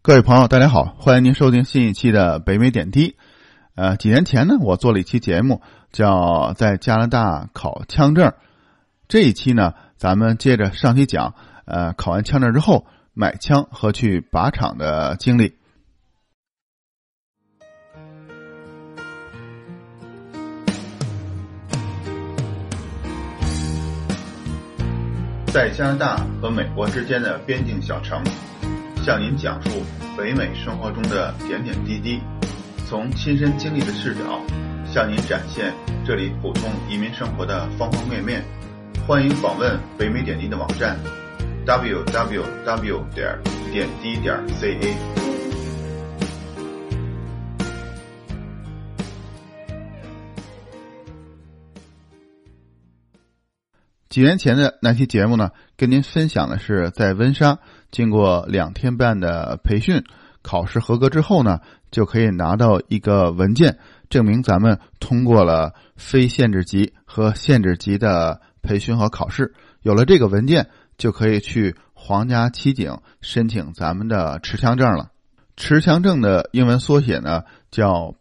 各位朋友大家好，欢迎您收听新一期的北美点滴。几年前呢，我做了一期节目叫在加拿大考枪证。这一期呢，咱们接着上期讲考完枪证之后买枪和去靶场的经历。在加拿大和美国之间的边境小城，向您讲述北美生活中的点点滴滴，从亲身经历的视角向您展现这里普通移民生活的方方面面。欢迎访问北美点滴的网站 www.点滴.ca。 几年前的那期节目呢，跟您分享的是在温莎经过2天半的培训，考试合格之后呢，就可以拿到一个文件，证明咱们通过了非限制级和限制级的培训和考试。有了这个文件，就可以去皇家骑警申请咱们的持枪证了。持枪证的英文缩写呢叫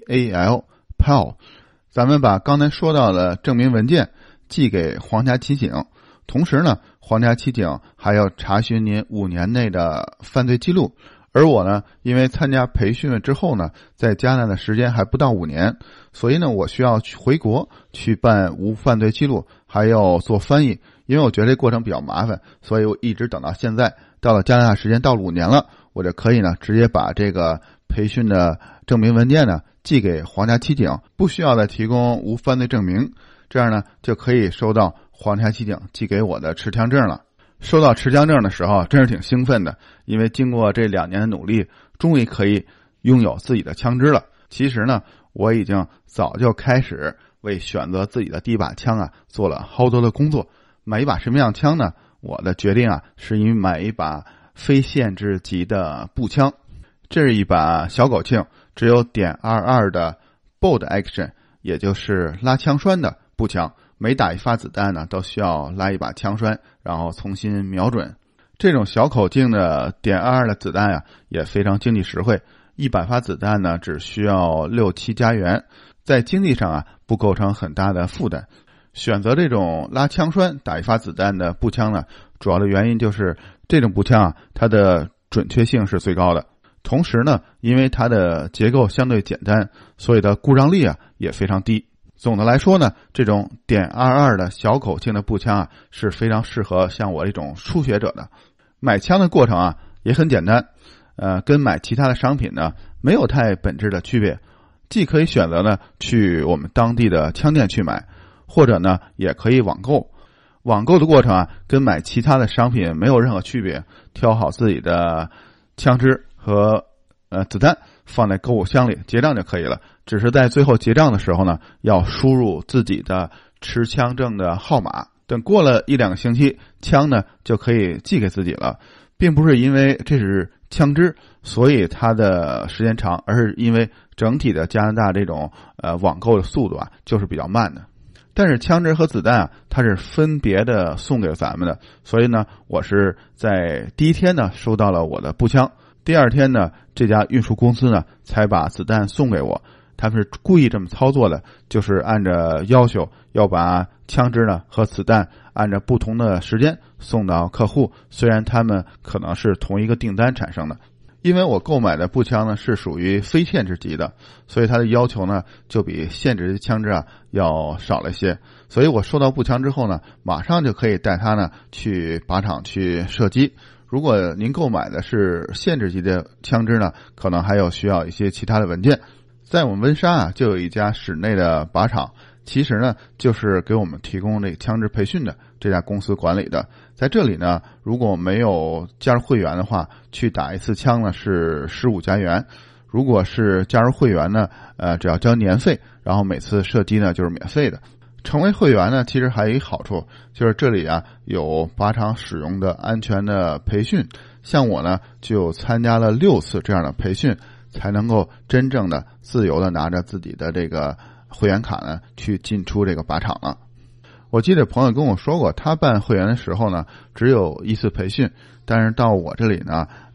PAL。咱们把刚才说到的证明文件寄给皇家骑警，同时呢，皇家骑警还要查询您5年内的犯罪记录。而我呢，因为参加培训了之后呢，在加拿大的时间还不到5年，所以呢，我需要去回国去办无犯罪记录，还要做翻译。因为我觉得这过程比较麻烦，所以我一直等到现在，到了加拿大时间到了5年了，我就可以呢直接把这个培训的证明文件呢寄给皇家骑警，不需要再提供无犯罪证明。这样呢，就可以收到皇家骑警寄给我的持枪证了。收到持枪证的时候，真是挺兴奋的，因为经过这2年的努力，终于可以拥有自己的枪支了。其实呢，我已经早就开始为选择自己的第一把枪啊，做了好多的工作。买一把什么样枪呢？我的决定啊，是因为买一把非限制级的步枪。这是一把小口径，只有.22的 bolt action， 也就是拉枪栓的步枪，每打一发子弹呢，都需要拉一把枪栓，然后重新瞄准。这种小口径的.22的子弹啊，也非常经济实惠，100发子弹呢，只需要6-7加元，在经济上啊，不构成很大的负担。选择这种拉枪栓打一发子弹的步枪呢，主要的原因就是这种步枪啊，它的准确性是最高的。同时呢，因为它的结构相对简单，所以的故障率啊也非常低。总的来说呢，这种.22的小口径的步枪啊，是非常适合像我这种初学者的。买枪的过程啊也很简单，跟买其他的商品呢没有太本质的区别。既可以选择呢去我们当地的枪店去买，或者呢也可以网购。网购的过程啊跟买其他的商品没有任何区别，挑好自己的枪支和子弹放在购物箱里结账就可以了。只是在最后结账的时候呢，要输入自己的持枪证的号码。等过了1-2个星期，枪呢就可以寄给自己了。并不是因为这是枪支所以它的时间长，而是因为整体的加拿大这种网购的速度啊就是比较慢的。但是枪支和子弹啊，它是分别的送给咱们的，所以呢，我是在第1天呢收到了我的步枪，第2天呢，这家运输公司呢才把子弹送给我。他们是故意这么操作的，就是按照要求要把枪支呢和子弹按照不同的时间送到客户，虽然他们可能是同一个订单产生的。因为我购买的步枪呢是属于非限制级的，所以它的要求呢就比限制级枪支啊要少了一些。所以我收到步枪之后呢，马上就可以带它呢去靶场去射击。如果您购买的是限制级的枪支呢，可能还有需要一些其他的文件。在我们温莎啊，就有一家室内的靶场，其实呢就是给我们提供这个枪支培训的这家公司管理的。在这里呢，如果没有加入会员的话，去打一次枪呢是15加元。如果是加入会员呢，只要交年费，然后每次射击呢就是免费的。成为会员呢，其实还有一好处，就是这里啊有靶场使用的安全的培训。像我呢，就参加了6次这样的培训，才能够真正的自由的拿着自己的这个会员卡呢去进出这个靶场了。我记得朋友跟我说过，他办会员的时候呢，只有1次培训，但是到我这里呢，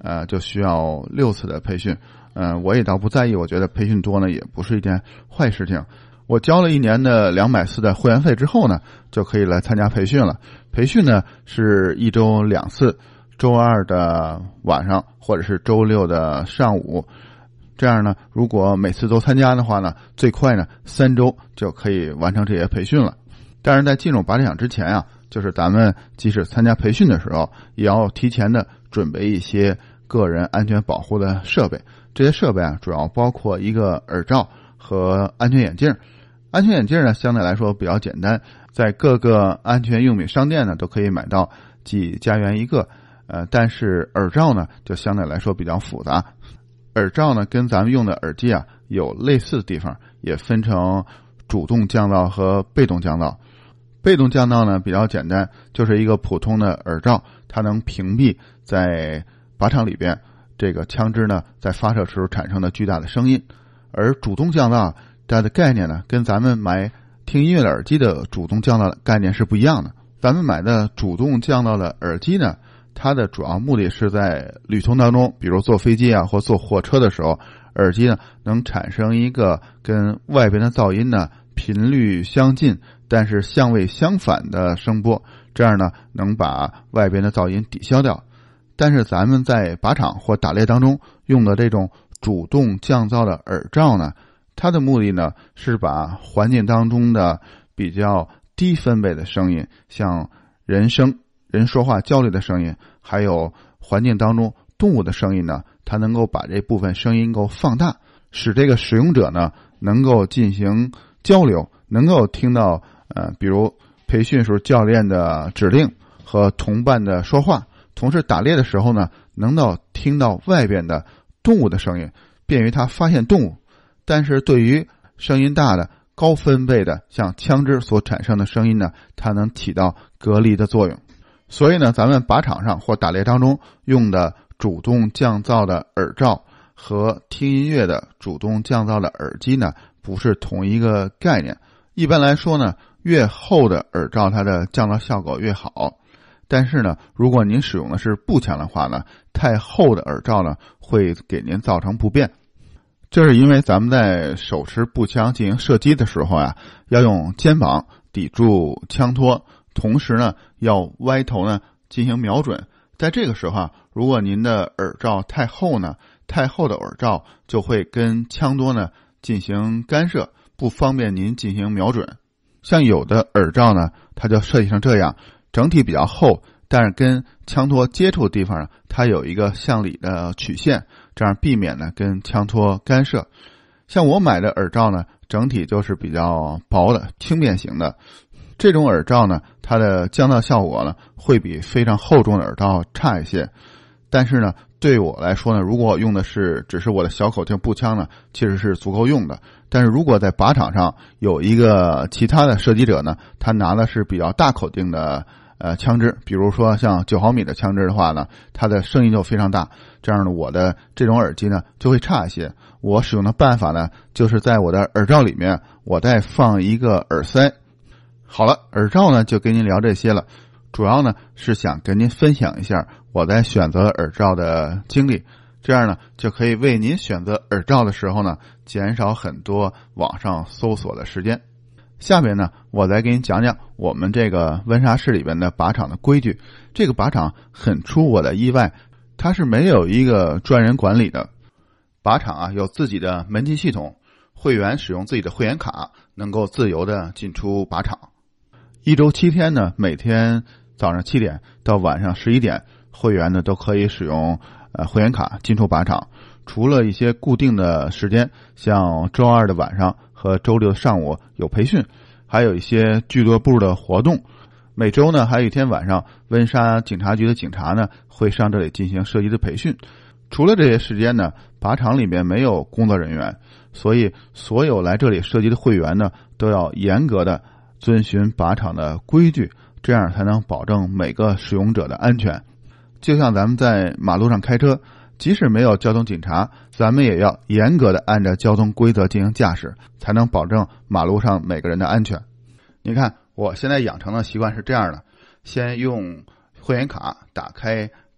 就需要6次的培训。我也倒不在意，我觉得培训多呢也不是一件坏事情。我交了1年的240的会员费之后呢，就可以来参加培训了。培训呢是1周2次，周2的晚上或者是周6的上午。这样呢，如果每次都参加的话呢，最快呢3周就可以完成这些培训了。但是在进入靶场之前啊，就是咱们即使参加培训的时候，也要提前的准备一些个人安全保护的设备。这些设备啊，主要包括一个耳罩和安全眼镜。安全眼镜呢，相对来说比较简单，在各个安全用品商店呢都可以买到，几加元一个。但是耳罩呢，就相对来说比较复杂。耳罩呢，跟咱们用的耳机啊有类似的地方，也分成主动降噪和被动降噪。被动降噪呢比较简单，就是一个普通的耳罩，它能屏蔽在靶场里边这个枪支呢在发射时候产生的巨大的声音。而主动降噪它的概念呢，跟咱们买听音乐的耳机的主动降噪的概念是不一样的。咱们买的主动降噪的耳机呢，它的主要目的是在旅途当中，比如坐飞机啊或坐火车的时候，耳机呢能产生一个跟外边的噪音呢频率相近但是相位相反的声波，这样呢能把外边的噪音抵消掉。但是咱们在靶场或打猎当中用的这种主动降噪的耳罩呢，它的目的呢是把环境当中的比较低分贝的声音，像人声、人说话交流的声音，还有环境当中动物的声音呢，它能够把这部分声音够放大，使这个使用者呢能够进行交流，能够听到比如培训时候教练的指令和同伴的说话，同时打猎的时候呢能够听到外边的动物的声音，便于他发现动物。但是对于声音大的高分贝的像枪支所产生的声音呢，它能起到隔离的作用。所以呢，咱们靶场上或打猎当中用的主动降噪的耳罩和听音乐的主动降噪的耳机呢，不是同一个概念。一般来说呢，越厚的耳罩它的降噪效果越好。但是呢，如果您使用的是步枪的话呢，太厚的耳罩呢会给您造成不便。这是因为咱们在手持步枪进行射击的时候啊，要用肩膀抵住枪托，同时呢要歪头呢进行瞄准。在这个时候啊，如果您的耳罩太厚呢，太厚的耳罩就会跟枪托呢进行干涉，不方便您进行瞄准。像有的耳罩呢，它就设计成这样，整体比较厚，但是跟枪托接触的地方呢，它有一个向里的曲线，这样避免呢跟枪托干涉。像我买的耳罩呢，整体就是比较薄的轻便型的。这种耳罩呢，它的降噪效果呢会比非常厚重的耳罩差一些。但是呢，对我来说呢，如果用的只是我的小口径步枪呢，其实是足够用的。但是如果在靶场上有一个其他的射击者呢，他拿的是比较大口径的枪支，比如说像9毫米的枪支的话呢，它的声音就非常大，这样呢我的这种耳机呢就会差一些。我使用的办法呢，就是在我的耳罩里面我再放一个耳塞。好了，耳罩呢就跟您聊这些了，主要呢是想跟您分享一下我在选择耳罩的经历，这样呢就可以为您选择耳罩的时候呢减少很多网上搜索的时间。下面呢我再给你讲讲我们这个温莎市里边的靶场的规矩。这个靶场很出我的意外，它是没有一个专人管理的。靶场啊有自己的门禁系统，会员使用自己的会员卡能够自由的进出靶场。1周7天呢，每天早上7点到晚上11点，会员呢都可以使用会员卡进出靶场。除了一些固定的时间，像周2的晚上和周6的上午有培训，还有一些俱乐部的活动。每周呢还有一天晚上，温莎警察局的警察呢会上这里进行射击的培训。除了这些时间呢，靶场里面没有工作人员，所以所有来这里射击的会员呢都要严格的遵循靶场的规矩，这样才能保证每个使用者的安全。就像咱们在马路上开车，即使没有交通警察，咱们也要严格的按照交通规则进行驾驶，才能保证马路上每个人的安全。你看我现在养成的习惯是这样的，先用会员卡打开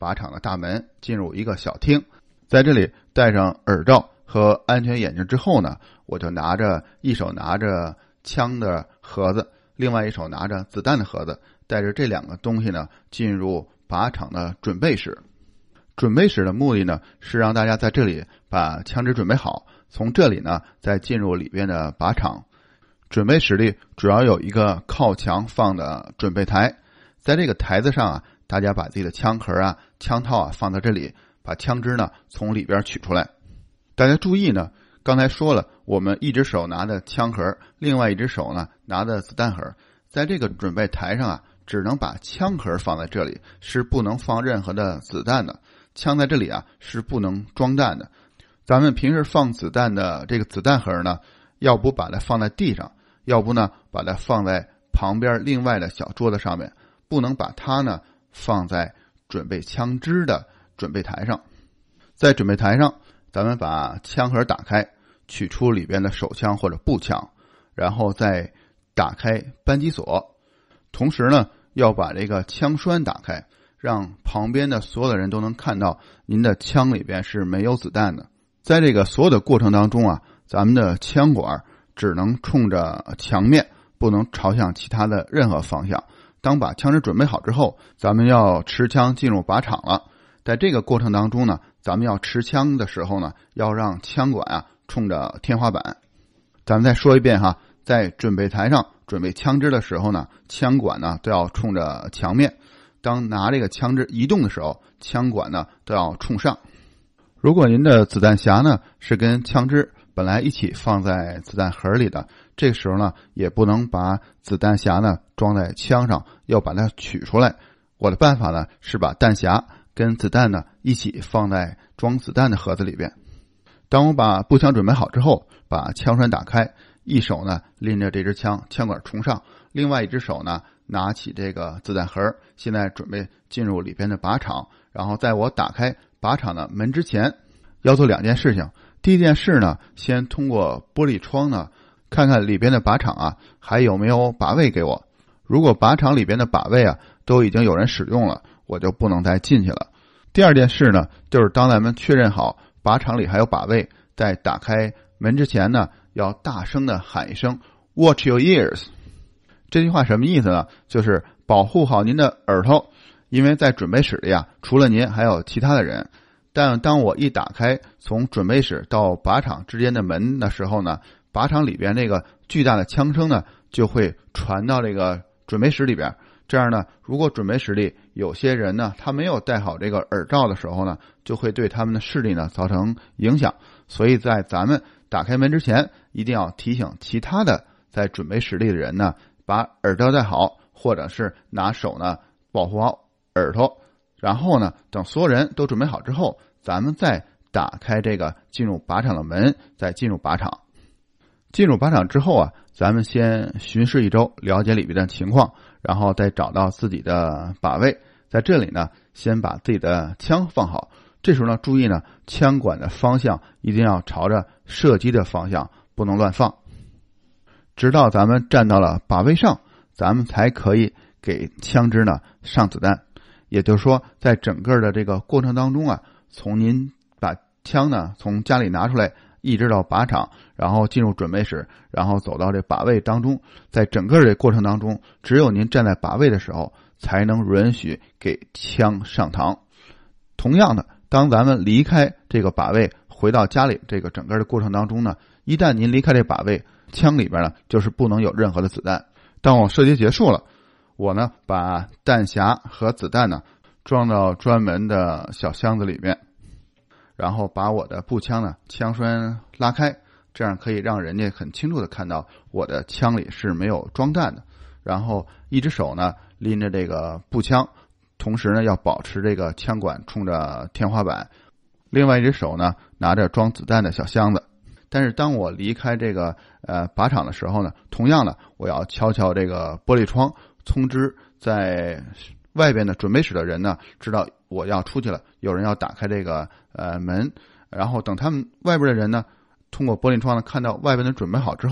靶场的大门，进入一个小厅，在这里戴上耳罩和安全眼镜之后呢，我就一手拿着枪的盒子，另外一手拿着子弹的盒子，带着这2个东西呢进入靶场的准备室。准备室的目的呢是让大家在这里把枪支准备好，从这里呢再进入里边的靶场。准备室里主要有一个靠墙放的准备台，在这个台子上啊，大家把自己的枪盒啊、枪套啊放在这里，把枪支呢从里边取出来。大家注意呢，刚才说了，我们一只手拿的枪盒，另外一只手呢拿的子弹盒，在这个准备台上啊，只能把枪盒放在这里，是不能放任何的子弹的。枪在这里啊是不能装弹的。咱们平时放子弹的这个子弹盒呢，要不把它放在地上，要不呢把它放在旁边另外的小桌子上面，不能把它呢放在准备枪支的准备台上。在准备台上，咱们把枪盒打开，取出里边的手枪或者步枪，然后再打开扳机锁，同时呢要把这个枪栓打开，让旁边的所有的人都能看到您的枪里边是没有子弹的。在这个所有的过程当中啊，咱们的枪管只能冲着墙面，不能朝向其他的任何方向。当把枪支准备好之后，咱们要持枪进入靶场了。在这个过程当中呢，咱们要持枪的时候呢，要让枪管啊冲着天花板。咱们再说一遍哈，在准备台上准备枪支的时候呢，枪管呢都要冲着墙面。当拿这个枪支移动的时候，枪管呢都要冲上。如果您的子弹匣呢是跟枪支本来一起放在子弹盒里的，这个时候呢也不能把子弹匣呢装在枪上，要把它取出来。我的办法呢是把弹匣跟子弹呢一起放在装子弹的盒子里边。当我把步枪准备好之后，把枪栓打开，一手呢拎着这支枪，枪管冲上，另外一只手呢拿起这个子弹盒，现在准备进入里边的靶场。然后在我打开靶场的门之前，要做2件事情。第一件事呢，先通过玻璃窗呢看看里边的靶场啊还有没有靶位给我。如果靶场里边的靶位啊都已经有人使用了，我就不能再进去了。第2件事呢，就是当咱们确认好靶场里还有靶位，在打开门之前呢，要大声的喊一声 Watch your ears。 这句话什么意思呢？就是保护好您的耳朵，因为在准备室里啊，除了您还有其他的人。但当我一打开从准备室到靶场之间的门的时候呢，靶场里边那个巨大的枪声呢就会传到这个准备室里边。这样呢，如果准备室里有些人呢他没有戴好这个耳罩的时候呢，就会对他们的视力呢造成影响。所以在咱们打开门之前，一定要提醒其他的在准备室里的人呢，把耳罩戴好，或者是拿手呢保护好耳朵。然后呢，等所有人都准备好之后，咱们再打开这个进入靶场的门，再进入靶场。进入靶场之后啊，咱们先巡视一周，了解里边的情况，然后再找到自己的靶位。在这里呢，先把自己的枪放好。这时候呢，注意呢，枪管的方向一定要朝着射击的方向，不能乱放。直到咱们站到了靶位上，咱们才可以给枪支呢上子弹。也就是说，在整个的这个过程当中啊，从您把枪呢从家里拿出来，一直到靶场，然后进入准备室，然后走到这靶位当中，在整个这过程当中，只有您站在靶位的时候，才能允许给枪上膛。同样的，当咱们离开这个靶位，回到家里这个整个的过程当中呢，一旦您离开这靶位，枪里边呢就是不能有任何的子弹。当我射击结束了，我呢把弹匣和子弹呢装到专门的小箱子里面，然后把我的步枪呢枪栓拉开，这样可以让人家很清楚的看到我的枪里是没有装弹的。然后一只手呢拎着这个步枪，同时呢要保持这个枪管冲着天花板，另外一只手呢拿着装子弹的小箱子。但是当我离开这个靶场的时候呢，同样的我要敲敲这个玻璃窗，通知在外边的准备室的人呢知道我要出去了，有人要打开这个门。然后等他们外边的人呢通过玻璃窗呢看到外边的准备好之后呢，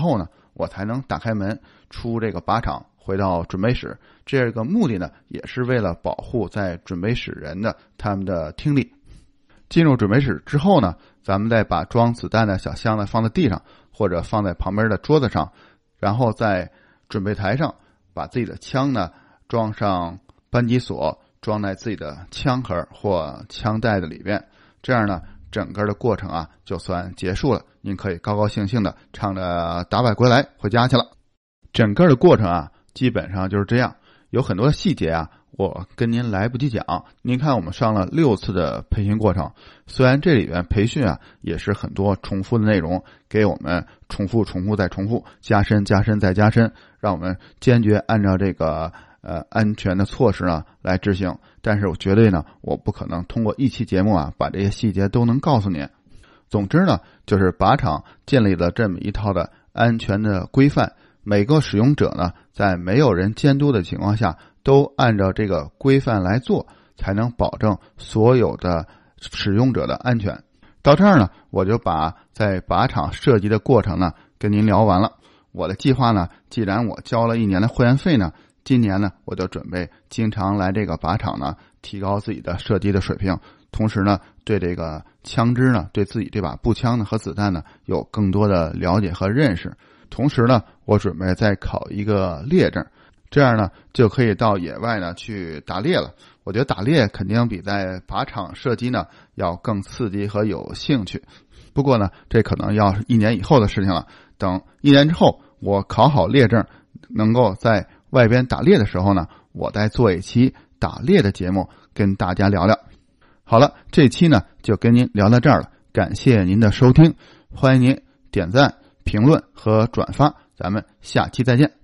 我才能打开门出这个靶场回到准备室。这个目的呢，也是为了保护在准备室人的他们的听力。进入准备室之后呢，咱们再把装子弹的小箱子放在地上，或者放在旁边的桌子上，然后在准备台上把自己的枪呢装上扳机锁，装在自己的枪盒或枪袋子里边。这样呢，整个的过程啊就算结束了，您可以高高兴兴的唱着打百归来回家去了。整个的过程啊基本上就是这样，有很多的细节啊我跟您来不及讲。您看我们上了6次的培训过程，虽然这里边培训啊也是很多重复的内容，给我们重复再重复，加深再加深，让我们坚决按照这个安全的措施呢来执行。但是我绝对呢，我不可能通过一期节目啊把这些细节都能告诉您。总之呢，就是靶场建立了这么一套的安全的规范，每个使用者呢在没有人监督的情况下都按照这个规范来做，才能保证所有的使用者的安全。到这儿呢，我就把在靶场射击的过程呢跟您聊完了。我的计划呢，既然我交了1年的会员费呢，今年呢我就准备经常来这个靶场呢，提高自己的射击的水平，同时呢对这个枪支呢，对自己这把步枪呢和子弹呢有更多的了解和认识。同时呢，我准备再考一个猎证，这样呢就可以到野外呢去打猎了。我觉得打猎肯定比在靶场射击呢要更刺激和有兴趣。不过呢，这可能要是1年以后的事情了。等1年之后我考好猎证，能够在外边打猎的时候呢，我再做一期打猎的节目跟大家聊聊。好了，这期呢就跟您聊到这儿了，感谢您的收听，欢迎您点赞、评论和转发，咱们下期再见。